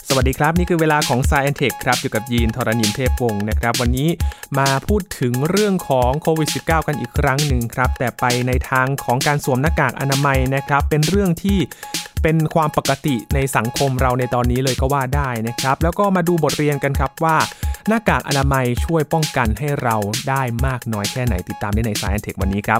สวัสดีครับนี่คือเวลาของ Science Tech ครับอยู่กับยีนทรณินเทพวงศ์นะครับวันนี้มาพูดถึงเรื่องของโควิด -19 กันอีกครั้งหนึ่งครับแต่ไปในทางของการสวมหน้ากากอนามัยนะครับเป็นเรื่องที่เป็นความปกติในสังคมเราในตอนนี้เลยก็ว่าได้นะครับแล้วก็มาดูบทเรียนกันครับว่าหน้ากากอนามัยช่วยป้องกันให้เราได้มากน้อยแค่ไหนติดตามได้ใน Science Tech วันนี้ครับ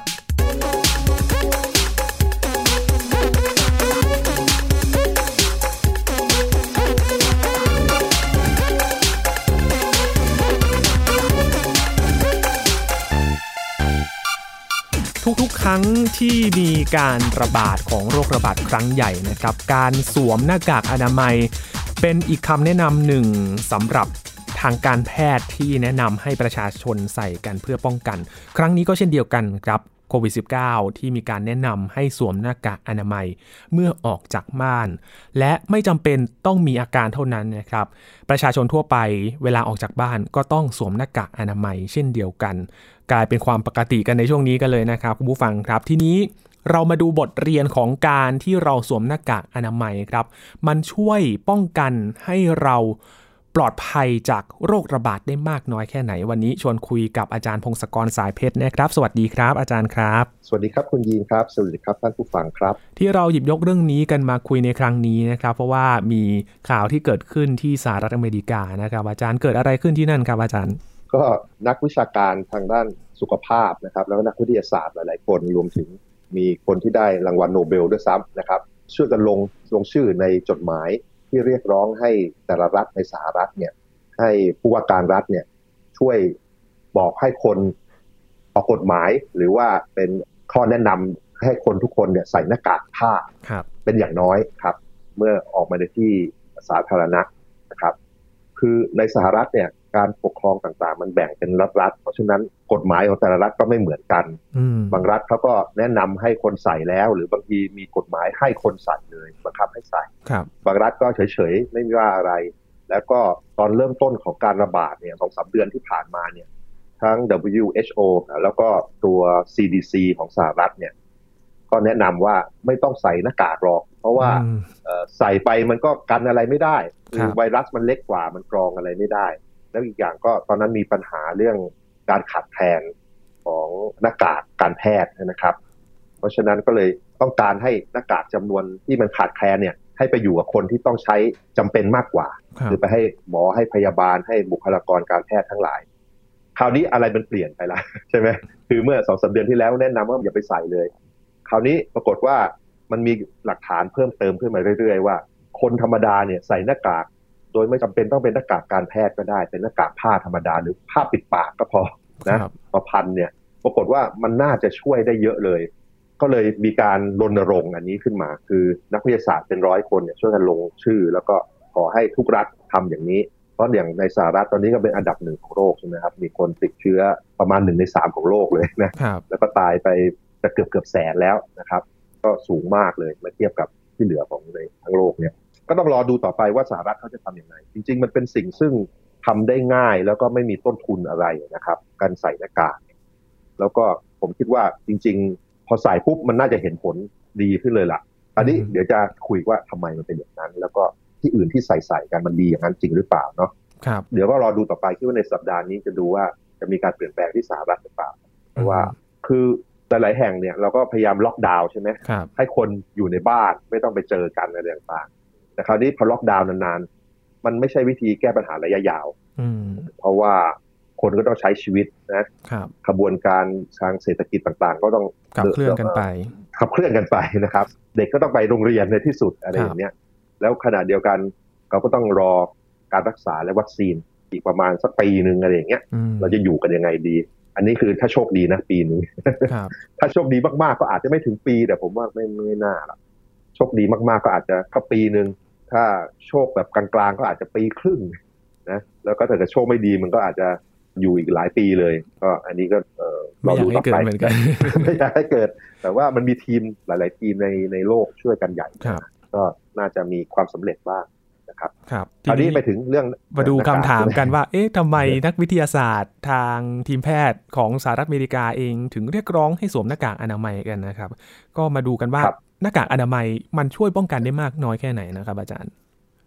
ทุกครั้งที่มีการระบาดของโรคระบาดครั้งใหญ่นะครับการสวมหน้ากากอนามัยเป็นอีกคำแนะนำหนึ่งสำหรับทางการแพทย์ที่แนะนำให้ประชาชนใส่กันเพื่อป้องกันครั้งนี้ก็เช่นเดียวกันครับโควิด -19 ที่มีการแนะนำให้สวมหน้ากากอนามัยเมื่อออกจากบ้านและไม่จำเป็นต้องมีอาการเท่านั้นนะครับประชาชนทั่วไปเวลาออกจากบ้านก็ต้องสวมหน้ากากอนามัยเช่นเดียวกันกลายเป็นความปกติกันในช่วงนี้กันเลยนะครับคุณผู้ฟังครับทีนี้เรามาดูบทเรียนของการที่เราสวมหน้ากากอนามัยครับมันช่วยป้องกันให้เราปลอดภัยจากโรคระบาดได้มากน้อยแค่ไหนวันนี้ชวนคุยกับอาจารย์พงศกรสายเพชรนะครับสวัสดีครับอาจารย์ครับสวัสดีครับคุณยีนครับสวัสดีครับท่านผู้ฟังครับที่เราหยิบยกเรื่องนี้กันมาคุยในครั้งนี้นะครับเพราะว่ามีข่าวที่เกิดขึ้นที่สหรัฐอเมริกานะครับอาจารย์เกิดอะไรขึ้นที่นั่นครับอาจารย์ก็นักวิชาการทางด้านสุขภาพนะครับแล้วก็นักวิทยาศาสตร์หลายๆคนรวมถึงมีคนที่ได้รางวัลโนเบลด้วยซ้ำนะครับช่วยกันลงชื่อในจดหมายที่เรียกร้องให้แต่ละรัฐในสหรัฐเนี่ยให้ผู้ว่าการรัฐเนี่ยช่วยบอกให้คนออกกฎหมายหรือว่าเป็นข้อแนะนำให้คนทุกคนเนี่ยใส่หน้ากากผ้าเป็นอย่างน้อยครับเมื่อออกมาในที่สาธารณะนะครับคือในสหรัฐเนี่ยการปกครองต่างๆมันแบ่งเป็นรัฐเพราะฉะนั้นกฎหมายของแต่ละรัฐก็ไม่เหมือนกันบางรัฐเขาก็แนะนำให้คนใส่แล้วหรือบางทีมีกฎหมายให้คนใส่เลยบังคับให้ใส่บางรัฐก็เฉยๆไม่ว่าอะไรแล้วก็ตอนเริ่มต้นของการระบาดเนี่ย 2-3 เดือนที่ผ่านมาเนี่ยทั้ง WHO แล้วก็ตัว CDC ของสหรัฐเนี่ยก็แนะนำว่าไม่ต้องใส่หน้ากากหรอกเพราะว่าใส่ไปมันก็กันอะไรไม่ได้คือไวรัสมันเล็กกว่ามันกรองอะไรไม่ได้แล้วอีกอย่างก็ตอนนั้นมีปัญหาเรื่องการขาดแคลนของหน้ากากการแพทย์นะครับเพราะฉะนั้นก็เลยต้องการให้หน้ากากจำนวนที่มันขาดแคลนเนี่ยให้ไปอยู่กับคนที่ต้องใช้จำเป็นมากกว่าคือไปให้หมอให้พยาบาลให้บุคลากรการแพทย์ทั้งหลายคราวนี้อะไรมันเปลี่ยนไปละใช่ไหมคือเมื่อ 2-3 เดือนที่แล้วแนะนำว่าอย่าไปใส่เลยคราวนี้ปรากฏว่ามันมีหลักฐานเพิ่มเติมขึ้นมาเรื่อยๆว่าคนธรรมดาเนี่ยใส่หน้ากากโดยไม่จำเป็นต้องเป็นหน้ากากการแพทย์ก็ได้เป็นหน้ากากผ้าธรรมดาหรือผ้าปิดปากก็พอนะประพันธ์เนี่ยปรากฏว่ามันน่าจะช่วยได้เยอะเลยก็เลยมีการรณรงค์อันนี้ขึ้นมาคือนักวิทยาศาสตร์เป็น100 คนเนี่ยช่วยกันลงชื่อแล้วก็ขอให้ทุกรัฐทำอย่างนี้เพราะอย่างในสหรัฐตอนนี้ก็เป็นอันดับ1ของโลกใช่ไหมครับมีคนติดเชื้อประมาณ1 ใน 3ของโลกเลยนะแล้วก็ตายไปจะเกือบแสนแล้วนะครับก็สูงมากเลยเมื่อเทียบกับที่เหลือของในทั้งโลกเนี่ยก็ต้องรอดูต่อไปว่าสหรัฐเขาจะทำอย่างไรจริงๆมันเป็นสิ่งซึ่งทำได้ง่ายแล้วก็ไม่มีต้นทุนอะไรนะครับการใส่หน้ากากแล้วก็ผมคิดว่าจริงๆพอใส่ปุ๊บมันน่าจะเห็นผลดีขึ้นเลยล่ะอันนี้เดี๋ยวจะคุยว่าทำไมมันเป็นอย่างนั้นแล้วก็ที่อื่นที่ใส่กันมันดีอย่างนั้นจริงหรือเปล่าเนาะเดี๋ยวก็รอดูต่อไปคิดว่าในสัปดาห์นี้จะดูว่าจะมีการเปลี่ยนแปลงที่สหรัฐหรือเปล่าเพราะว่าคือหลายๆแห่งเนี่ยเราก็พยายามล็อกดาวน์ใช่ไหมให้คนอยู่ในบ้านไม่ต้องไปเจอกันอะไรต่างๆแต่คราวนี้พอล็อกดาวน์นานๆมันไม่ใช่วิธีแก้ปัญหาระยะยาวเพราะว่าคนก็ต้องใช้ชีวิตนะขบวนการทางเศรษฐกิจต่างๆก็ต้องขับเคลื่อนกันไปนะครับเด็กก็ต้องไปโรงเรียนในที่สุดอะไรอย่างเนี้ยแล้วขณะเดียวกันเราก็ต้องรอการรักษาและวัคซีนอีกประมาณสักปีนึงอะไรอย่างเงี้ยเราจะอยู่กันยังไงดีอันนี้คือถ้าโชคดีนะปีนึง ถ้าโชคดีมากๆก็อาจจะไม่ถึงปีแต่ผมว่าไม่น่าหรอกโชคดีมากๆก็อาจจะก็ปีนึงถ้าโชคแบบกลางๆก็อาจจะปีครึ่งนะแล้วก็ถ้าเกิดโชคไม่ดีมันก็อาจจะอยู่อีกหลายปีเลยก็อันนี้ก็เราดูต่อไปไม่อยากให้เกิดแต่ว่ามันมีทีมหลายๆทีมในโลกช่วยกันใหญ่ก็น่าจะมีความสำเร็จบ้างนะครับตอนนี้ไปถึงเรื่องมาดูคำถามกันว่าเอ๊ะทำไมนักวิทยาศาสตร์ทางทีมแพทย์ของสหรัฐอเมริกาเองถึงเรียกร้องให้สวมหน้ากากอนามัยกันนะครับก็มาดูกันว่าหน้ากากอนามัยมันช่วยป้องกันได้มากน้อยแค่ไหนนะครับอาจารย์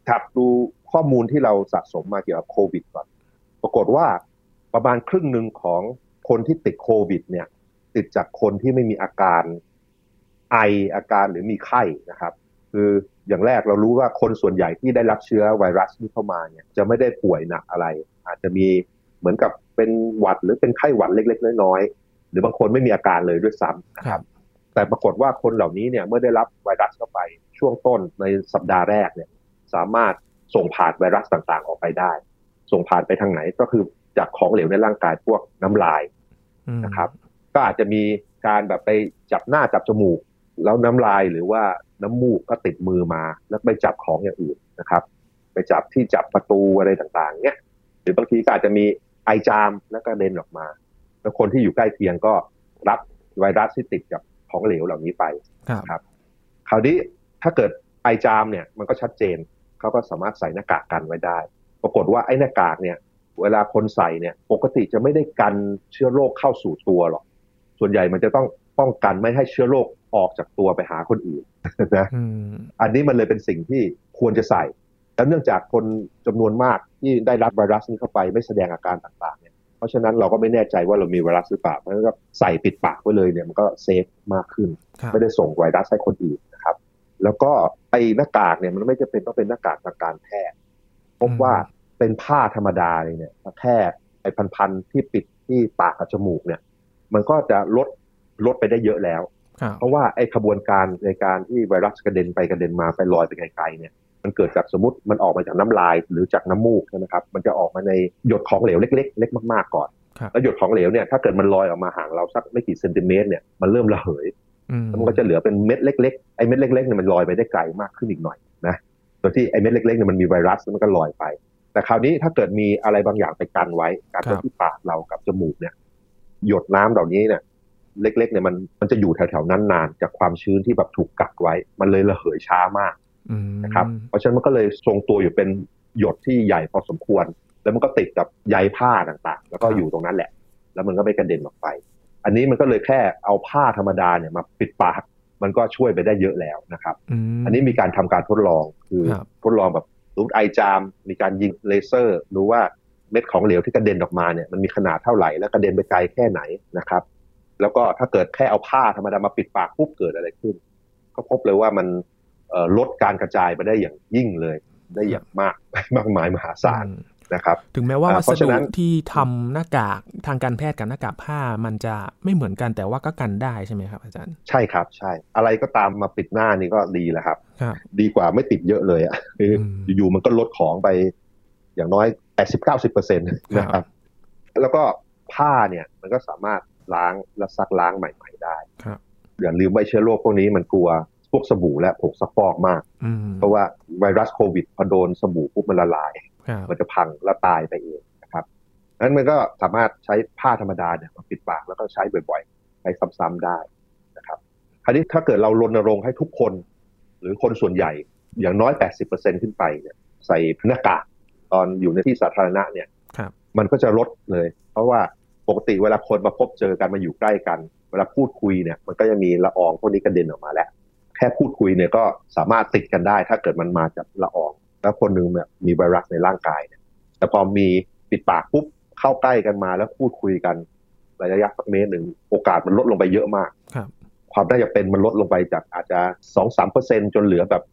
ครับดูข้อมูลที่เราสะสมมาเกี่ยวกับโควิดก่อนปรากฏว่าประมาณครึ่งหนึ่งของคนที่ติดโควิดเนี่ยติดจากคนที่ไม่มีอาการไออาการหรือมีไข้นะครับคืออย่างแรกเรารู้ว่าคนส่วนใหญ่ที่ได้รับเชื้อไวรัสนี้เข้ามาเนี่ยจะไม่ได้ป่วยหนักอะไรอาจจะมีเหมือนกับเป็นหวัดหรือเป็นไข้หวัดเล็กๆน้อยๆหรือบางคนไม่มีอาการเลยด้วยซ้ำนะครับแต่ปรากฏว่าคนเหล่านี้เนี่ยเมื่อได้รับไวรัสเข้าไปช่วงต้นในสัปดาห์แรกเนี่ยสามารถส่งผ่านไวรัสต่างๆออกไปได้ส่งผ่านไปทางไหนก็คือจากของเหลวในร่างกายพวกน้ำลายนะครับก็อาจจะมีการแบบไปจับหน้าจับจมูกแล้วน้ำลายหรือว่าน้ำมูกก็ติดมือมาแล้วไปจับของอย่างอื่นนะครับไปจับที่จับประตูอะไรต่างๆเนี่ยหรือบางทีก็อาจจะมีไอจามแล้วก็เด่นออกมาแล้วคนที่อยู่ใกล้เคียงก็รับไวรัสที่ติดกับของเหลวเหล่านี้ไปครับคราวนี้ถ้าเกิดไอจามเนี่ยมันก็ชัดเจนเขาก็สามารถใส่หน้ากากกันไว้ได้ปรากฏว่าไอ้หน้ากากเนี่ยเวลาคนใส่เนี่ยปกติจะไม่ได้กันเชื้อโรคเข้าสู่ตัวหรอกส่วนใหญ่มันจะต้องป้องกันไม่ให้เชื้อโรคออกจากตัวไปหาคนอื่นนะอันนี้มันเลยเป็นสิ่งที่ควรจะใส่แล้วเนื่องจากคนจำนวนมากที่ได้รับไวรัสนี้เข้าไปไม่แสดงอาการต่างๆเนี่ยเพราะฉะนั้นเราก็ไม่แน่ใจว่าเรามีไวรัสหรือเปล่าเพราะฉะนั้นก็ใส่ปิดปากไว้เลยเนี่ยมันก็เซฟมากขึ้นไม่ได้ส่งไวรัสให้คนอื่นนะครับแล้วก็ไอ้หน้ากากเนี่ยมันไม่จำเป็นต้องเป็นหน้ากากทางการแพทย์พบว่าเป็นผ้าธรรมดาเลยเนี่ยแค่ไอ้พันๆที่ปิดที่ปากกับจมูกเนี่ยมันก็จะลดไปได้เยอะแล้วเพราะว่าไอ้ขบวนการในการที่ไวรัสกระเด็นไปกระเด็นมาไปลอยไปไกลๆเนี่ยมันเกิดจากสมมติมันออกมาจากน้ำลายหรือจากน้ำมูกใช่ไหมครับมันจะออกมาในหยดของเหลวเล็กๆเล็กมากๆก่อนแล้วหยดของเหลวเนี่ยถ้าเกิดมันลอยออกมาห่างเราสักไม่กี่เซนติเมตรเนี่ยมันเริ่มระเหยแล้วมันก็จะเหลือเป็นเม็ดเล็กๆไอ้เม็ดเล็กๆเนี่ยมันลอยไปได้ไกลมากขึ้นอีกหน่อยนะโดยที่ไอ้เม็ดเล็กๆเนี่ยมันมีไวรัสมันก็ลอยไปแต่คราวนี้ถ้าเกิดมีอะไรบางอย่างไปกันไว้กันไว้ที่ปากเรากับจมูกเนี่ยหยดน้ำเหล่านี้เนี่ยเล็กๆเนี่ยมันจะอยู่แถวๆนั้นนานจากความชื้นที่แบบถูกกักไว้มันเลยระเหยช้ามากนะครับเพราะฉะนั้นมันก็เลยทรงตัวอยู่เป็นหยดที่ใหญ่พอสมควรแล้วมันก็ติดกับใยผ้าต่างๆแล้วก็อยู่ตรงนั้นแหละแล้วมันก็ไม่กระเด็นออกไปอันนี้มันก็เลยแค่เอาผ้าธรรมดาเนี่ยมาปิดปากมันก็ช่วยไปได้เยอะแล้วนะครับอันนี้มีการทำการทดลองคือทดลองแบบรูไอจามมีการยิงเลเซอร์รู้ว่าเม็ดของเหลวที่กระเด็นออกมาเนี่ยมันมีขนาดเท่าไหร่และกระเด็นไปไกลแค่ไหนนะครับแล้วก็ถ้าเกิดแค่เอาผ้าธรรมดามาปิดปากปุ๊บเกิดอะไรขึ้นก็พบเลยว่ามันลดการกระจายไปได้อย่างยิ่งเลยได้อย่างมากมายมหาศาลนะครับถึงแม้ว่าวัสดุที่ทำหน้ากากทางการแพทย์กับหน้ากากผ้ามันจะไม่เหมือนกันแต่ว่าก็กันได้ใช่ไหมครับอาจารย์ใช่ครับใช่อะไรก็ตามมาปิดหน้านี่ก็ดีแล้วครับดีกว่าไม่ติดเยอะเลยอ่ะคืออยู่ๆมันก็ลดของไปอย่างน้อย 80-90% นะครับแล้วก็ผ้าเนี่ยมันก็สามารถล้างและซักล้างใหม่ๆได้อย่าลืมว่าเชื้อโรคพวกนี้มันกลัวพวกสบู่และผงซักฟอกมากเพราะว่าไวรัสโควิดพอโดนสบู่ปุ๊บมันละลายมันจะพังและตายไปเองนะครับนั้นมันก็สามารถใช้ผ้าธรรมดาเนี่ยมาปิดปากแล้วก็ใช้บ่อยๆใช้ซ้ำๆได้นะครับคราวนี้ถ้าเกิดเรารณรงค์ให้ทุกคนหรือคนส่วนใหญ่อย่างน้อย 80% ขึ้นไปเนี่ยใส่หน้ากากตอนอยู่ในที่สาธารณะเนี่ยมันก็จะลดเลยเพราะว่าปกติเวลาคนมาพบเจอกันมาอยู่ใกล้กันเวลาพูดคุยเนี่ยมันก็จะมีละอองพวกนี้กระเด็นออกมาแล้วแค่พูดคุยเนี่ยก็สามารถติดกันได้ถ้าเกิดมันมาจากละอองแล้วคนนึงเนี่ยมีไวรัสในร่างกายเนี่ยแต่พอมีปิดปากปุ๊บเข้าใกล้กันมาแล้วพูดคุยกันระยะสักเมตรหนึ่งโอกาสมันลดลงไปเยอะมากความน่าจะเป็นมันลดลงไปจากอาจจะ 2-3% จนเหลือแบบ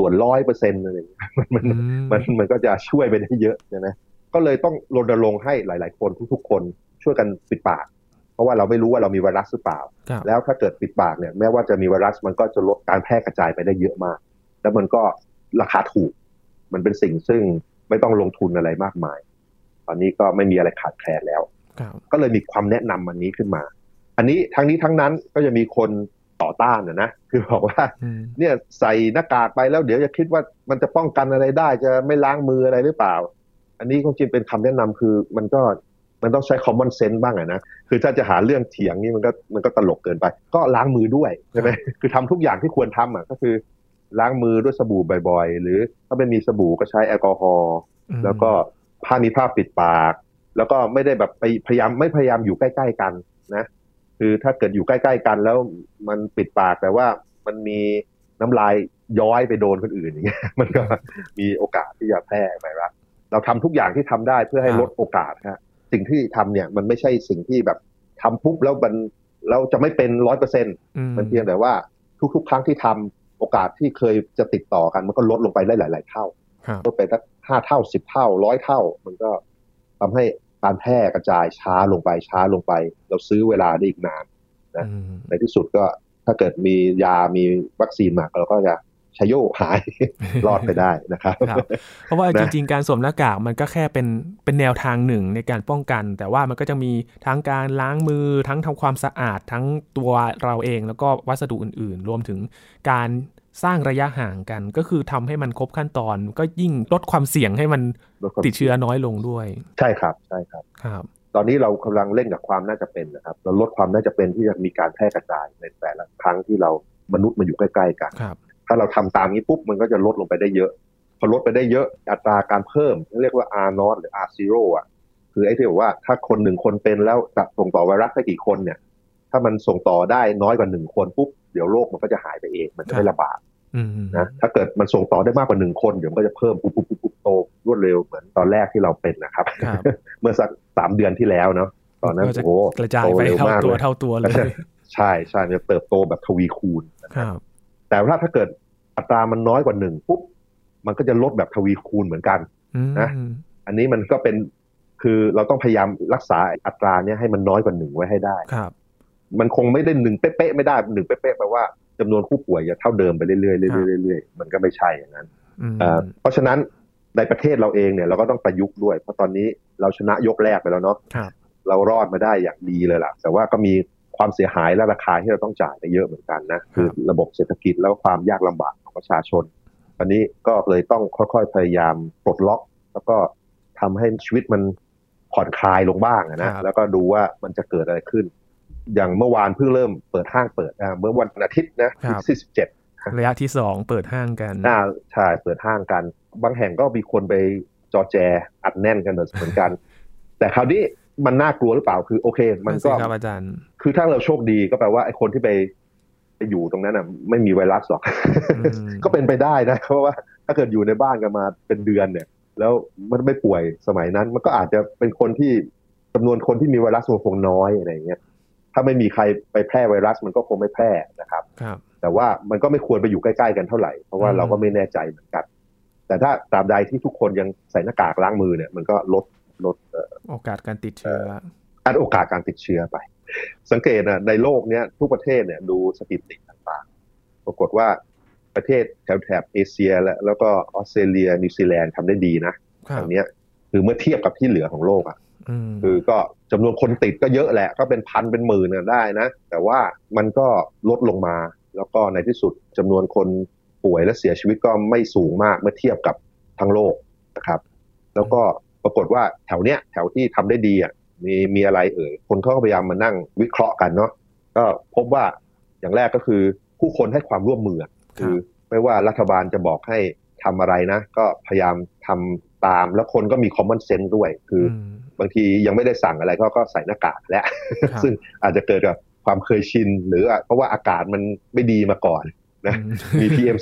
1/100%อะไรอย่างเงี้ยมันก็จะช่วยไปได้เยอะใช่ไหมก็เลยต้องรณรงค์ให้หลายๆคนทุกๆคนช่วยกันปิดปากเพราะว่าเราไม่รู้ว่าเรามีไวรัสหรือเปล่าแล้วถ้าเกิดปิดปากเนี่ยแม้ว่าจะมีไวรัสมันก็จะลดการแพร่กระจายไปได้เยอะมากแล้วมันก็ราคาถูกมันเป็นสิ่งซึ่งไม่ต้องลงทุนอะไรมากมายตอนนี้ก็ไม่มีอะไรขาดแคลนแล้วก็เลยมีความแนะนำอันนี้ขึ้นมาอันนี้ทั้งนั้นก็จะมีคนต่อต้านนะคือบอกว่าเนี่ยใส่หน้ากากไปแล้วเดี๋ยวจะคิดว่ามันจะป้องกันอะไรได้จะไม่ล้างมืออะไรหรือเปล่าอันนี้จริงๆเป็นคำแนะนำคือมันต้องใช้ common sense บ้างนะคือถ้าจะหาเรื่องเถียงนี่มันก็ตลกเกินไปก็ล้างมือด้วยใช่ไหมคือทำทุกอย่างที่ควรทำก็คือล้างมือด้วยสบู่บ่อยๆหรือถ้าไม่มีสบู่ก็ใช้แอลกอฮอล์แล้วก็มีผ้าปิดปากแล้วก็ไม่ได้แบบไปพยายามอยู่ใกล้ๆกันนะคือถ้าเกิดอยู่ใกล้ๆกันแล้วมันปิดปากแต่ว่ามันมีน้ำลายย้อยไปโดนคนอื่นอย่างเงี้ยมันก็มีโอกาสที่จะแพร่ไวรัสเราทำทุกอย่างที่ทำได้เพื่อให้ลดโอกาสฮะสิ่งที่ทำเนี่ยมันไม่ใช่สิ่งที่แบบทำปุ๊บแล้วมันเราจะไม่เป็น100%มันเพียงแต่ว่าทุกๆครั้งที่ทำโอกาสที่เคยจะติดต่อกันมันก็ลดลงไปได้หลายๆเท่าลดไปสัก5 เท่า10 เท่า100 เท่ามันก็ทำให้การแพร่กระจายช้าลงไปเราซื้อเวลาได้อีกนานนะในที่สุดก็ถ้าเกิดมียามีวัคซีนมาเราก็จะชโยหาย รอดไปได้นะครับเพราะว่าจริงๆการสวมหน้ากากมันก็แค่เป็นแนวทางหนึ่งในการป้องกันแต่ว่ามันก็จะมีทั้งการล้างมือทั้งทำความสะอาดทั้งตัวเราเองแล้วก็วัสดุอื่นๆรวมถึงการสร้างระยะห่างกันก็คือทำให้มันครบขั้นตอนก็ยิ่งลดความเสี่ยงให้มันติดเชื้อน้อยลงด้วยใช่ครับครับตอนนี้เรากำลังเล่นกับความน่าจะเป็นนะครับเราลดความน่าจะเป็นที่จะมีการแพร่กระจายในแต่ละครั้งที่เรามนุษย์มาอยู่ใกล้ๆกันถ้าเราทำตามนี้ปุ๊บมันก็จะลดลงไปได้เยอะพอลดไปได้เยอะอัตราการเพิ่มเรียกว่า R0 หรือ R0 อ่ะคือไอ้ที่บอกว่าถ้าคน1 คนเป็นแล้วจะส่งต่อไวรัสไปกี่คนเนี่ยถ้ามันส่งต่อได้น้อยกว่า1 คนปุ๊บเดี๋ยวโรคมันก็จะหายไปเองมันจะไม่ระบาดนะถ้าเกิดมันส่งต่อได้มากกว่า1 คนเดี๋ยวมันก็จะเพิ่มปุ๊บโตรวดเร็วเหมือนตอนแรกที่เราเป็นนะครับ เมื่อสัก3 เดือนที่แล้วเนาะตอนนั้นโอ้กระจายไปเท่าตัวเลยใช่มันจะเติบโตแบบทวีคูณนะครับแต่ถ้าเกิดอัตรามันน้อยกว่า1ปุ๊บมันก็จะลดแบบทวีคูณเหมือนกันนะอันนี้มันก็เป็นคือเราต้องพยายามรักษาอัตราเนี้ยให้มันน้อยกว่า1ไว้ให้ได้มันคงไม่ได้1เป๊ะๆไม่ได้1เป๊ะๆแปลว่าจำนวนผู้ป่วยจะเท่าเดิมไปเรื่อยๆมันก็ไม่ใช่อย่างนั้นเพราะฉะนั้นในประเทศเราเองเนี่ยเราก็ต้องประยุกต์ด้วยเพราะตอนนี้เราชนะยกแรกไปแล้วเนาะเรารอดมาได้อย่างดีเลยล่ะแต่ว่าก็มีความเสียหายและราคาที่เราต้องจ่ายไปเยอะเหมือนกันนะคือระบบเศรษฐกิจแล้วความยากลำบากของประชาชนอันนี้ก็เลยต้องค่อยๆพยายามปลดล็อกแล้วก็ทำให้ชีวิตมันผ่อนคลายลงบ้างนะแล้วก็ดูว่ามันจะเกิดอะไรขึ้นอย่างเมื่อวานเพิ่งเริ่มเปิดห้างเปิดเมื่อวันอาทิตย์นะที่17 ระยะที่2เปิดห้างกันใช่เปิดห้างกันบางแห่งก็มีคนไปจอแจอัดแน่นกันเหมือนกันแต่คราวนี้มันน่ากลัวหรือเปล่าคือโอเคมันก็ครับอาจารย์คือถ้าเราโชคดีก็แปลว่าไอ้คนที่ไปอยู่ตรงนั้นน่ะไม่มีไวรัสหรอก ก็เป็นไปได้นะเพราะว่าถ้าเกิดอยู่ในบ้านกันมาเป็นเดือนเนี่ยแล้วมันไม่ป่วยสมัยนั้นมันก็อาจจะเป็นคนที่จำนวนคนที่มีไวรัสมันคงน้อยอะไรอย่างเงี้ยถ้าไม่มีใครไปแพร่ไวรัสมันก็คงไม่แพร่นะครับแต่ว่ามันก็ไม่ควรไปอยู่ใกล้ๆกันเท่าไหร่เพราะว่าเราก็ไม่แน่ใจเหมือนกันแต่ถ้าตราบใดที่ทุกคนยังใส่หน้ากากล้างมือเนี่ยมันก็ลดโอกาสการติดเชื้อโอกาสการติดเชื้อไปสังเกตนะในโลกนี้ทุกประเทศเนี่ยดูสถิติต่างๆปรากฏว่าประเทศแถบเอเชียแล้วก็ออสเตรเลียนิวซีแลนด์ทำได้ดีนะอันนี้คือเมื่อเทียบกับที่เหลือของโลกอ่ะคือก็จำนวนคนติดก็เยอะแหละก็เป็นพันเป็นหมื่นได้นะแต่ว่ามันก็ลดลงมาแล้วก็ในที่สุดจำนวนคนป่วยและเสียชีวิตก็ไม่สูงมากเมื่อเทียบกับทั้งโลกนะครับแล้วก็ปรากฏว่าแถวที่ทำได้ดีอ่ะมีอะไรคนเขาก็พยายามมานั่งวิเคราะห์กันเนาะก็พบว่าอย่างแรกก็คือผู้คนให้ความร่วมมือคือไม่ว่ารัฐบาลจะบอกให้ทำอะไรนะก็พยายามทำตามแล้วคนก็มี common sense ด้วยคือบางทียังไม่ได้สั่งอะไรก็ใส่หน้ากากแล้ว ซึ่งอาจจะเกิดกับความเคยชินหรือเพราะว่าอากาศมันไม่ดีมาก่อนนะมี PM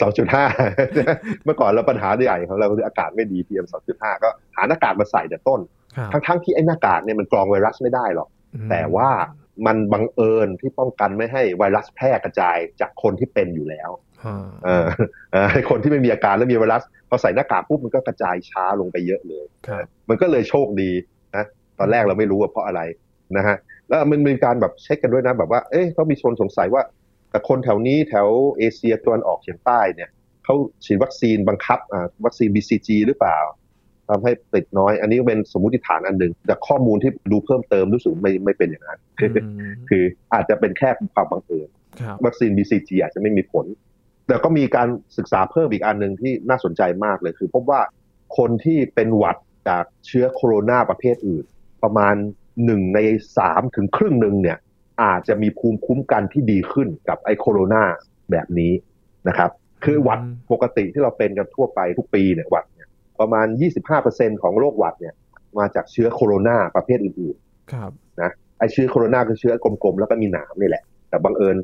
2.5 เมื่อก่อนเราปัญหาใหญ่ของเราคืออากาศไม่ดี PM 2.5 ก็หาหน้ากากมาใส่แต่ต้นทั้งที่ไอ้หน้ากากเนี่ยมันกรองไวรัสไม่ได้หรอกแต่ว่ามันบังเอิญที่ป้องกันไม่ให้ไวรัสแพร่กระจายจากคนที่เป็นอยู่แล้วคนที่ไม่มีอาการแล้วมีไวรัสพอใส่หน้ากากปุ๊บมันก็กระจายช้าลงไปเยอะเลยมันก็เลยโชคดีนะตอนแรกเราไม่รู้ว่าเพราะอะไรนะฮะแล้วมันมีการแบบเช็คกันด้วยนะแบบว่าเขามีชนสงสัยว่าแต่คนแถวนี้แถวเอเชียตะวันออกเฉียงใต้เนี่ยเขาฉีดวัคซีนบังคับวัคซีน BCG หรือเปล่าทำให้ติดน้อยอันนี้ก็เป็นสมมุติฐานอันหนึ่งแต่ข้อมูลที่ดูเพิ่มเติมรู้สึกไม่เป็นอย่างนั้นคืออาจจะเป็นแค่ความบังเอิญวัคซีน BCG อาจจะไม่มีผลแต่ก็มีการศึกษาเพิ่มอีกอันนึงที่น่าสนใจมากเลยคือพบว่าคนที่เป็นหวัดจากเชื้อโคโรนาประเภทอื่นประมาณ1 ใน 3ถึงครึ่งนึงเนี่ยอาจจะมีภูมิคุ้มกันที่ดีขึ้นกับไอ้โคโรนาแบบนี้นะครับคือหวัดปกติที่เราเป็นกันทั่วไปทุกปีเนี่ยหวัดเนี่ยประมาณ 25% ของโรคหวัดเนี่ยมาจากเชื้อโคโรนาประเภทอื่นๆนะไอ้เชื้อโคโรนาคือเชื้อกลมๆแล้วก็มีหนามนี่แหละแต่บังเอิญ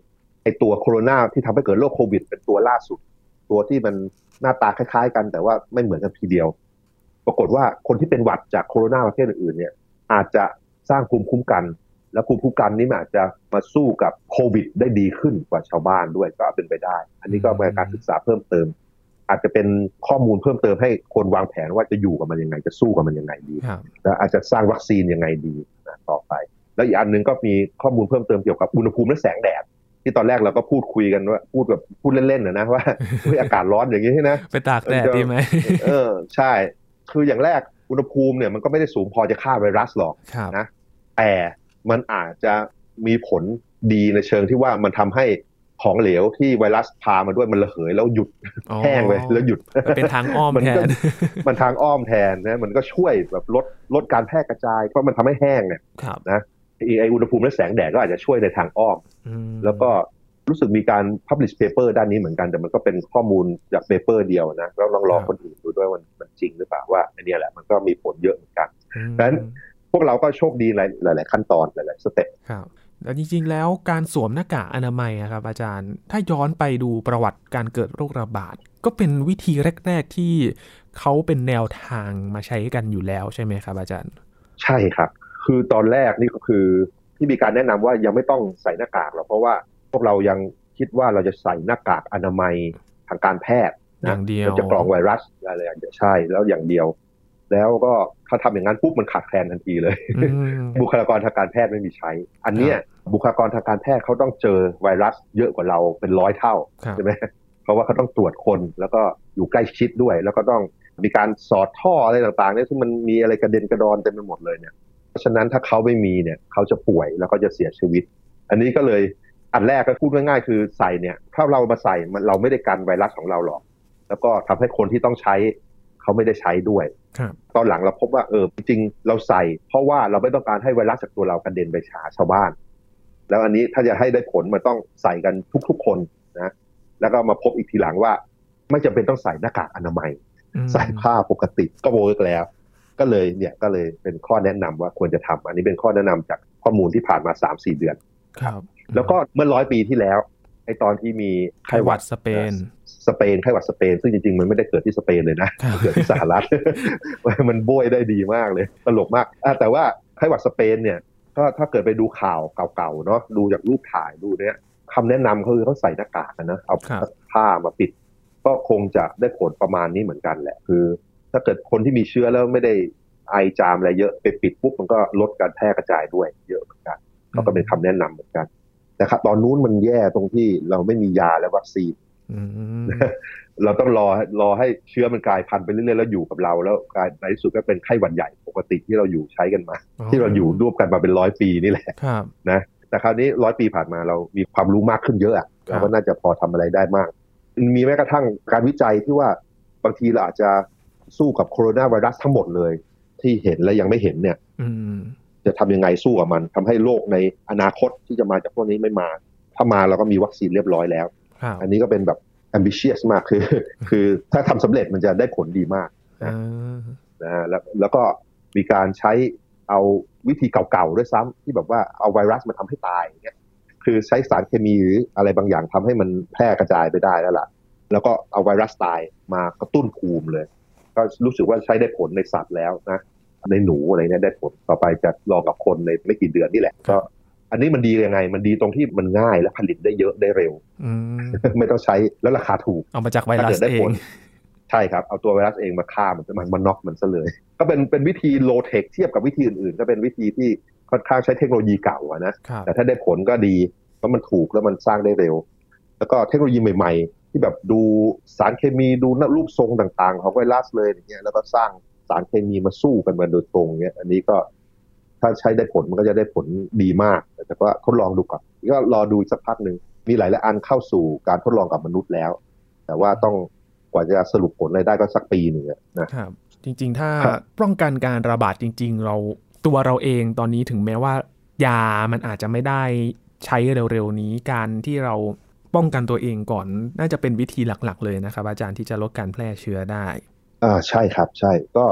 ไอตัวโคโรนาที่ทำให้เกิดโรคโควิดเป็นตัวล่าสุดตัวที่มันหน้าตาคล้ายๆกันแต่ว่าไม่เหมือนกันทีเดียวปรากฏว่าคนที่เป็นหวัดจากโคโรนาประเภทอื่นๆเนี่ยอาจจะสร้างภูมิคุ้มกันแล้วภูมิคุ้มกันนี้มันอาจจะมาสู้กับโควิดได้ดีขึ้นกว่าชาวบ้านด้วยก็เป็นไปได้อันนี้ก็เป็นการศึกษาเพิ่มเติมอาจจะเป็นข้อมูลเพิ่มเติมให้คนวางแผนว่าจะอยู่กับมันยังไงจะสู้กับมันยังไงดีและอาจจะสร้างวัคซีนยังไงดีต่อไปแล้วอีกอันนึงก็มีข้อมูลเพิ่มเติมเกี่ยวกับอุณหภูมิและแสงแดดที่ตอนแรกเราก็พูดคุยกันว่าพูดเล่นๆนะว่าอากาศร้อนอย่างนี้ใช่ไหมไปตากแดดดีไหมใช่คืออย่างแรกอุณหภูมิเนี่ยมันก็ไม่ได้สูงพอจะฆ่าไวรัสหรอกนะแต่มันอาจจะมีผลดีในเชิงที่ว่ามันทำให้ของเหลวที่ไวรัสพามาด้วยมันระเหยแล้วหยุดแห้งไปแล้วหยุดเป็นทางอ้อมแทนมันทางอ้อมแทนนะมันก็ช่วยแบบลดการแพร่กระจายเพราะมันทำให้แห้งเนี่ยนะไออุณหภูมิและแสงแดดก็อาจจะช่วยในทางอ้อมแล้วก็รู้สึกมีการ publish paper ด้านนี้เหมือนกันแต่มันก็เป็นข้อมูลจาก paper เดียวนะแล้วลองรอคนอื่นดูด้วยมันจริงหรือเปล่าว่าอันนี้แหละมันก็มีผลเยอะเหมือนกันดังนั้นพวกเราก็โชคดีหลายขั้นตอนหลายสเต็ปแล้วจริงๆแล้วการสวมหน้ากากอนามัยครับอาจารย์ถ้าย้อนไปดูประวัติการเกิดโรคระบาดก็เป็นวิธีแรกๆที่เขาเป็นแนวทางมาใช้กันอยู่แล้วใช่ไหมครับอาจารย์ใช่ครับคือตอนแรกนี่ก็คือที่มีการแนะนำว่ายังไม่ต้องใส่หน้ากากหรอกเพราะว่าพวกเรายังคิดว่าเราจะใส่หน้ากากอนามัยทางการแพทย์อย่างเดียวจะกรองไวรัสอะไรอย่างเดียวใช่แล้วอย่างเดียวแล้วก็ถ้าทำอย่างนั้นปุ๊บมันขาดแคลนทันทีเลยบุคลากรทางการแพทย์ไม่มีใช้อันเนี้ยบุคลากรทางการแพทย์เขาต้องเจอไวรัสเยอะกว่าเราเป็น100 เท่าใช่ไหมเพราะว่าเขาต้องตรวจคนแล้วก็อยู่ใกล้ชิดด้วยแล้วก็ต้องมีการสอดท่ออะไรต่างๆเนี่ยซึ่งมันมีอะไรกระเด็นกระดอนเต็มไปหมดเลยเนี่ยเพราะฉะนั้นถ้าเขาไม่มีเนี่ยเขาจะป่วยแล้วก็จะเสียชีวิตอันนี้ก็เลยอันแรกก็พูดง่ายๆคือใส่เนี่ยถ้าเรามาใส่มันเราไม่ได้กันไวรัสของเราหรอกแล้วก็ทำให้คนที่ต้องใช้เขาไม่ได้ใช้ด้วยตอนหลังเราพบว่าจริงๆเราใส่เพราะว่าเราไม่ต้องการให้ไวรัสจากตัวเรากระเด็นไปหาชาวบ้านแล้วอันนี้ถ้าจะให้ได้ผลมันต้องใส่กันทุกๆคนนะแล้วก็มาพบอีกทีหลังว่าไม่จำเป็นต้องใส่หน้ากากอนามัยใส่ผ้าปกติก็เวิร์กแล้วก็เลยเป็นข้อแนะนำว่าควรจะทำอันนี้เป็นข้อแนะนำจากข้อมูลที่ผ่านมา 3-4 เดือนครับแล้วก็เมื่อ100 ปีที่แล้วไอ้ตอนที่มีไข้หวัดสเปนไข้หวัดสเปนซึ่งจริงๆมันไม่ได้เกิดที่สเปนเลยนะเกิดที่สหรัฐ มันโบยได้ดีมากเลยตลกมากแต่ว่าไข้หวัดสเปนเนี่ยก็ถ้าเกิดไปดูข่าวเก่าๆเนาะดูจากรูปถ่ายดูเนี่ยคำแนะนำคือเขาใส่หน้ากากนะเอาผ้ามาปิดก็คงจะได้ผลประมาณนี้เหมือนกันแหละคือถ้าเกิดคนที่มีเชื้อแล้วไม่ได้ไอจามอะไรเยอะไปปิดปุ๊บมันก็ลดการแพร่กระจายด้วยเยอะเหมือนกันก็เป็นคำแนะนำเหมือนกันแต่ครับตอนนู้นมันแย่ตรงที่เราไม่มียาและวัคซีนเราต้องรอให้เชื้อมันกลายพันธุ์ไปเรื่อยๆแล้วอยู่กับเราแล้วกลายในที่สุดก็เป็นไข้หวัดใหญ่ปกติที่เราอยู่ใช้กันมาที่เราอยู่ร่วมกันมาเป็น100 ปีนี่แหละนะแต่คราวนี้100 ปีผ่านมาเรามีความรู้มากขึ้นเยอะเราก็น่าจะพอทำอะไรได้มากมีแม้กระทั่งการวิจัยที่ว่าบางทีเราอาจจะสู้กับโคโรนาไวรัสทั้งหมดเลยที่เห็นและยังไม่เห็นเนี่ยจะทำยังไงสู้กับมันทำให้โรคในอนาคตที่จะมาจากพวกนี้ไม่มาถ้ามาเราก็มีวัคซีนเรียบร้อยแล้วอันนี้ก็เป็นแบบ ambitious มากคือถ้าทำสำเร็จมันจะได้ผลดีมากนะแล้วก็มีการใช้เอาวิธีเก่าๆด้วยซ้ำที่แบบว่าเอาไวรัสมาทำให้ตายอย่างเงี้ยคือใช้สารเคมีหรืออะไรบางอย่างทำให้มันแพร่กระจายไปได้แล้วล่ะแล้วก็เอาไวรัสตายมากระตุ้นภูมิเลยก็รู้สึกว่าใช้ได้ผลในสัตว์แล้วนะในหนูอะไรเนี่ยได้ผลต่อไปจะลองกับคนในไม่กี่เดือนนี่แหละก็อันนี้มันดียังไงมันดีตรงที่มันง่ายและผลิตได้เยอะได้เร็วไม่ต้องใช้แล้วราคาถูกเอามาจากไวรัสเองใช่ครับเอาตัวไวรัสเองมาฆ่ามันน็อกมันซะเลยก็เป็นวิธีโลเทคเทียบกับวิธีอื่นๆก็เป็นวิธีที่ค่อนข้างใช้เทคโนโลยีเก่านะแต่ถ้าได้ผลก็ดีเพราะมันถูกแล้วมันสร้างได้เร็วแล้วก็เทคโนโลยีใหม่ๆที่แบบดูสารเคมีดูรูปทรงต่างๆของไวรัสเลยอย่างเงี้ยแล้วก็สร้างสารเคมีมาสู้กันมาโดยตรงเนี้ยอันนี้ก็ถ้าใช้ได้ผลมันก็จะได้ผลดีมากแต่ว่าทดลองดูก่อนก็รอดูสักพักนึงมีหลายอันเข้าสู่การทดลองกับมนุษย์แล้วแต่ว่าต้องกว่าจะสรุปผลอะไรได้ก็สักปีนึงนะครับจริงๆถ้าป้องกันการระบาดจริงๆตัวเราเองตอนนี้ถึงแม้ว่ายามันอาจจะไม่ได้ใช้เร็วๆนี้การที่เราป้องกันตัวเองก่อนน่าจะเป็นวิธีหลักๆเลยนะครับอาจารย์ที่จะลดการแพร่เชื้อได้ใช่ครับใช่ก็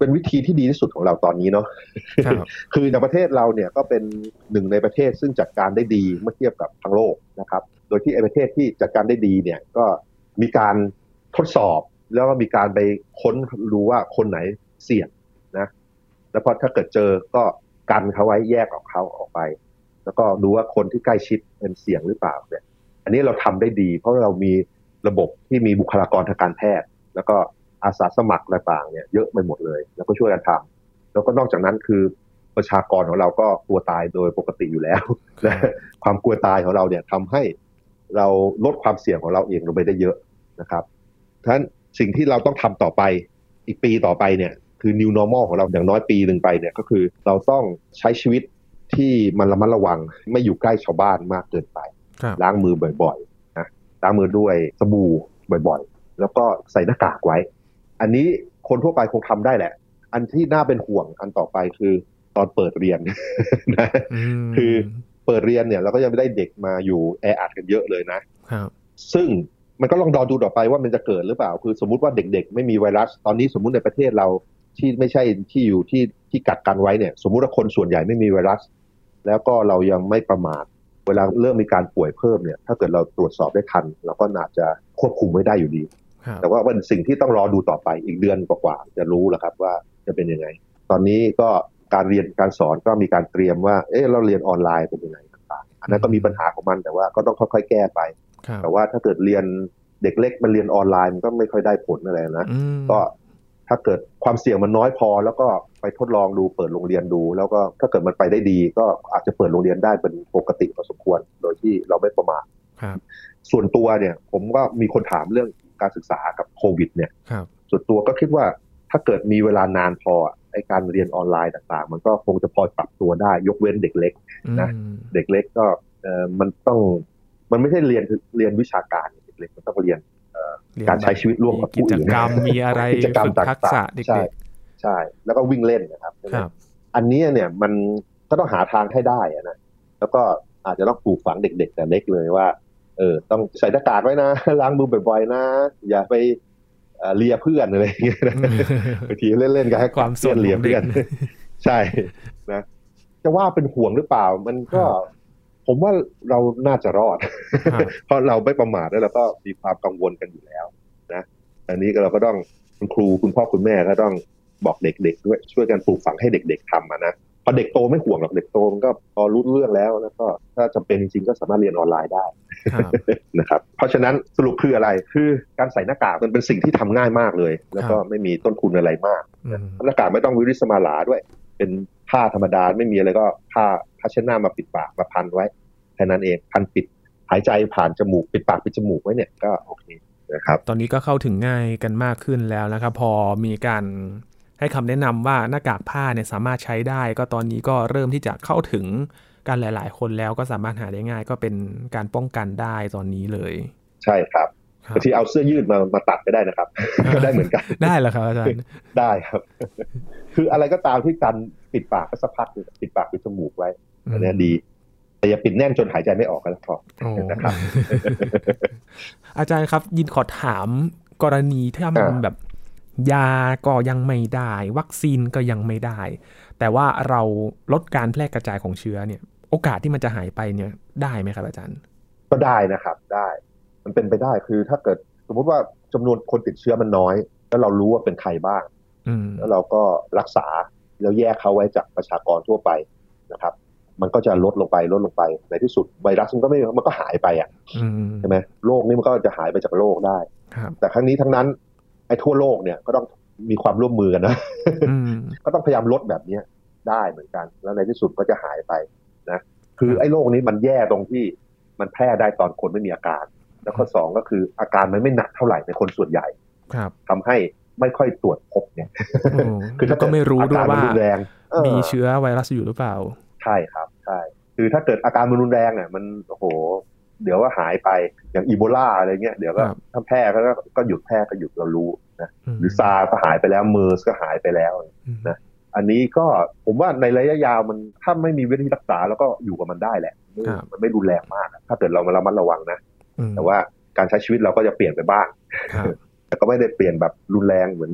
เป็นวิธีที่ดีที่สุดของเราตอนนี้เนาะ คือในประเทศเราเนี่ยก็เป็นหนึ่งในประเทศซึ่งจัดการได้ดีเมื่อเทียบกับทั้งโลกนะครับโดยที่ไอ้ประเทศที่จัดการได้ดีเนี่ยก็มีการทดสอบแล้วก็มีการไปค้นรู้ว่าคนไหนเสี่ยงนะแล้วพอถ้าเกิดเจอก็กันเขาไว้แยกเขาออกไปแล้วก็ดูว่าคนที่ใกล้ชิดเป็นเสี่ยงหรือเปล่าเนี่ยอันนี้เราทำได้ดีเพราะเรามีระบบที่มีบุคลากรทางการแพทย์แล้วก็อาสาสมัครต่างๆเนี่ยเยอะไปหมดเลยแล้วก็ช่วยกันทำแล้วก็นอกจากนั้นคือประชากรของเราก็กลัวตายโดยปกติอยู่แล้วนะความกลัวตายของเราเนี่ยทำให้เราลดความเสี่ยงของเราเองลงไปได้เยอะนะครับฉะนั้นสิ่งที่เราต้องทำต่อไปอีกปีต่อไปเนี่ยคือ new normal ของเราอย่างน้อยปีหนึ่งไปเนี่ยก็คือเราต้องใช้ชีวิตที่มันระมัดระวังไม่อยู่ใกล้ชาวบ้านมากเกินไปล้างมือบ่อยๆนะล้างมือด้วยสบู่บ่อยๆแล้วก็ใส่หน้ากากไว้อันนี้คนทั่วไปคงทำได้แหละอันที่น่าเป็นห่วงอันต่อไปคือตอนเปิดเรียนนะคือเปิดเรียนเนี่ยเราก็ยังไม่ได้เด็กมาอยู่แออัดกันเยอะเลยนะซึ่งมันก็ลองดูต่อไปว่ามันจะเกิดหรือเปล่าคือสมมุติว่าเด็กๆไม่มีไวรัสตอนนี้สมมุติในประเทศเราที่ไม่ใช่ที่อยู่ที่กักกันไว้เนี่ยสมมุติว่าคนส่วนใหญ่ไม่มีไวรัสแล้วก็เรายังไม่ประมาทเวลาเริ่มมีการป่วยเพิ่มเนี่ยถ้าเกิดเราตรวจสอบได้ทันเราก็น่าจะควบคุมไว้ได้อยู่ดีแต่ว่าเป็นสิ่งที่ต้องรอดูต่อไปอีกเดือนกว่าๆจะรู้แหละครับว่าจะเป็นยังไงตอนนี้ก็การเรียนการสอนก็มีการเตรียมว่าเราเรียนออนไลน์เป็นยังไงต่างๆอันนั้นก็มีปัญหาของมันแต่ว่าก็ต้องค่อยๆแก้ไปแต่ว่าถ้าเกิดเรียนเด็กเล็กมันเรียนออนไลน์มันก็ไม่ค่อยได้ผลอะไรนะก็ถ้าเกิดความเสี่ยงมันน้อยพอแล้วก็ไปทดลองดูเปิดโรงเรียนดูแล้วก็ถ้าเกิดมันไปได้ดีก็อาจจะเปิดโรงเรียนได้เป็นปกติพอสมควรโดยที่เราไม่ประมาทส่วนตัวเนี่ยผมก็มีคนถามเรื่องการศึกษากับโควิดเนี่ยส่วนตัวก็คิดว่าถ้าเกิดมีเวลานานพอไอ้การเรียนออนไลน์ต่างๆมันก็คงจะพอปรับตัวได้ยกเว้นเด็กเล็กนะเด็กเล็กก็มันไม่ใช่เรียนวิชาการเด็กเล็กมันต้องเรียนการใช้ชีวิตร่วมกับผู้อื่นกิจกรรมมีอะไรฝึกทักษะเด็กๆใช่แล้วก็วิ่งเล่นนะครับอันนี้เนี่ยมันก็ต้องหาทางให้ได้นะแล้วก็อาจจะต้องปลูกฝังเด็กๆแต่เล็กเลยว่าต้องใส่หน้ากากไว้นะล้างมือบ่อยๆนะอย่าไปเลียเพื่อนอะไรอย่างเงี้ยบางทีเล่นๆกันให้ความส่วนเลียเพื่อนใช่นะจะว่าเป็นห่วงหรือเปล่ามันก็ผมว่าเราน่าจะรอดเพราะเราไม่ประมาทแล้วเราก็มีความกังวลกันอยู่แล้วนะอันนี้เราก็ต้องคุณครูคุณพ่อคุณแม่ก็ต้องบอกเด็กๆด้วยช่วยกันปลูกฝังให้เด็กๆทำนะพอเด็กโตไม่ห่วงหรอกเด็กโตมันก็พอรู้เรื่องแล้วก็ถ้าจำเป็นจริงๆก็สามารถเรียนออนไลน์ได้นะครับเพราะฉะนั้นสรุปคืออะไรคือการใส่หน้ากากมันเป็นสิ่งที่ทำง่ายมากเลยแล้วก็ไม่มีต้นทุนอะไรมากหน้ากากไม่ต้องวิริสมาลาด้วยเป็นผ้าธรรมดาไม่มีอะไรก็ผ้าเช็ดหน้ามาปิดปากมาพันไว้แค่นั้นเองพันปิดหายใจผ่านจมูกปิดปากปิดจมูกไว้เนี่ยก็โอเคนะครับตอนนี้ก็เข้าถึงง่ายกันมากขึ้นแล้วนะครับพอมีการให้คำแนะนำว่าหน้ากากผ้าเนี่ยสามารถใช้ได้ก็ตอนนี้ก็เริ่มที่จะเข้าถึงกันหลายๆคนแล้วก็สามารถหาได้ง่ายก็เป็นการป้องกันได้ตอนนี้เลยใช่ครับบางทีเอาเสื้อยืดมาตัดก็ได้นะครับได้เหมือนกันได้เหรอครับอาจารย์ได้ครับคืออะไรก็ตามที่กันปิดปากก็สักพักปิดปากปิดจมูกไว้อันนี้ดีแต่อย่าปิดแน่นจนหายใจไม่ออกก็แล้วพอนะครับอาจารย์ครับยินขอถามกรณีที่มันแบบยาก็ยังไม่ได้วัคซีนก็ยังไม่ได้แต่ว่าเราลดการแพร่กระจายของเชื้อเนี่ยโอกาสที่มันจะหายไปเนี่ยได้ไหมครับอาจารย์ก็ได้นะครับได้มันเป็นไปได้คือถ้าเกิดสมมติว่าจำนวนคนติดเชื้อมันน้อยแล้วเรารู้ว่าเป็นใครบ้างแล้วเราก็รักษาแล้วแยกเขาไว้จากประชากรทั่วไปนะครับมันก็จะลดลงไปในที่สุดไวรัสมันก็หายไปใช่ไหมโรคนี้มันก็จะหายไปจากโลกได้แต่ครั้งนี้ทั้งนั้นไอ้ทั่วโลกเนี่ยก็ต้องมีความร่วมมือกันนะก็ต้องพยายามลดแบบนี้ได้เหมือนกันแล้วในที่สุดก็จะหายไปนะคือไอ้โรคนี้มันแย่ตรงที่มันแพร่ได้ตอนคนไม่มีอาการแล้วข้อสองก็คืออาการมันไม่หนักเท่าไหร่ในคนส่วนใหญ่ทำให้ไม่ค่อยตรวจพบเนี่ยคือถ้าก็ไม่รู้ด้วยว่ามีเชื้อไวรัสอยู่หรือเปล่าใช่ครับใช่คือถ้าเกิดอาการมันรุนแรงเนี่ยมันโอ้โหเดี๋ยวว่าหายไปอย่างอีโบลาอะไรเงี้ยเดี๋ยวก็ถ้าแพร่ก็หยุดแพร่ก็หยุดเรารู้นะหรือซาร์ก็หายไปแล้วเมอร์สก็หายไปแล้วนะอันนี้ก็ผมว่าในระยะยาวมันถ้าไม่มีวิธีรักษาแล้วก็อยู่กับมันได้แหละมันไม่รุนแรงมากถ้าเกิดเรามาระมัดระวังนะแต่ว่าการใช้ชีวิตเราก็จะเปลี่ยนไปบ้างแต่ก็ไม่ได้เปลี่ยนแบบรุนแรงเหมือน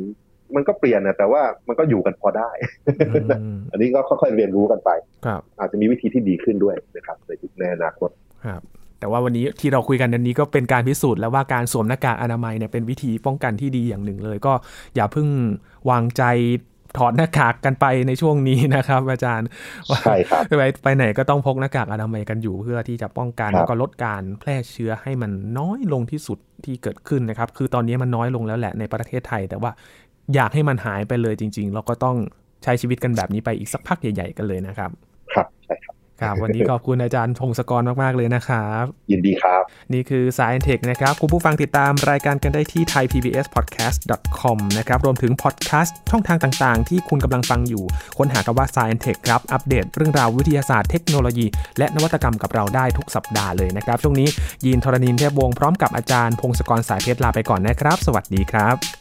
มันก็เปลี่ยนนะแต่ว่ามันก็อยู่กันพอได้ อันนี้ก็ค่อยๆเรียนรู้กันไปอาจจะมีวิธีที่ดีขึ้นด้วยนะครับในอนาคตครับแต่ว่าวันนี้ที่เราคุยกันนี้ก็เป็นการพิสูจน์แล้วว่าการสวมหน้ากากอนามัยเนี่ยเป็นวิธีป้องกันที่ดีอย่างหนึ่งเลยก็อย่าเพิ่งวางใจถอดหน้ากากกันไปในช่วงนี้นะครับอาจารย์ใช่ครับไปไหนก็ต้องพกหน้ากากอนามัยกันอยู่เพื่อที่จะป้องกันแล้วก็ลดการแพร่เชื้อให้มันน้อยลงที่สุดที่เกิดขึ้นนะครับคือตอนนี้มันน้อยลงแล้วแหละในประเทศไทยแต่ว่าอยากให้มันหายไปเลยจริงๆเราก็ต้องใช้ชีวิตกันแบบนี้ไปอีกสักพักใหญ่ๆกันเลยนะครับครับใช่ครับครับวันนี้ขอบคุณอาจารย์พงศกรมากๆเลยนะครับยินดีครับนี่คือ Science Tech นะครับคุณผู้ฟังติดตามรายการกันได้ที่ thaipbspodcast.com นะครับรวมถึงพอดแคสต์ช่องทางต่างๆที่คุณกำลังฟังอยู่ค้นหาคำว่า Science Tech ครับอัปเดตเรื่องราววิทยาศาสตร์เทคโนโลยีและนวัตกรรมกับเราได้ทุกสัปดาห์เลยนะครับช่วงนี้ยินทรณินเทพวงศ์พร้อมกับอาจารย์พงศกรสายเพชรลาไปก่อนนะครับสวัสดีครับ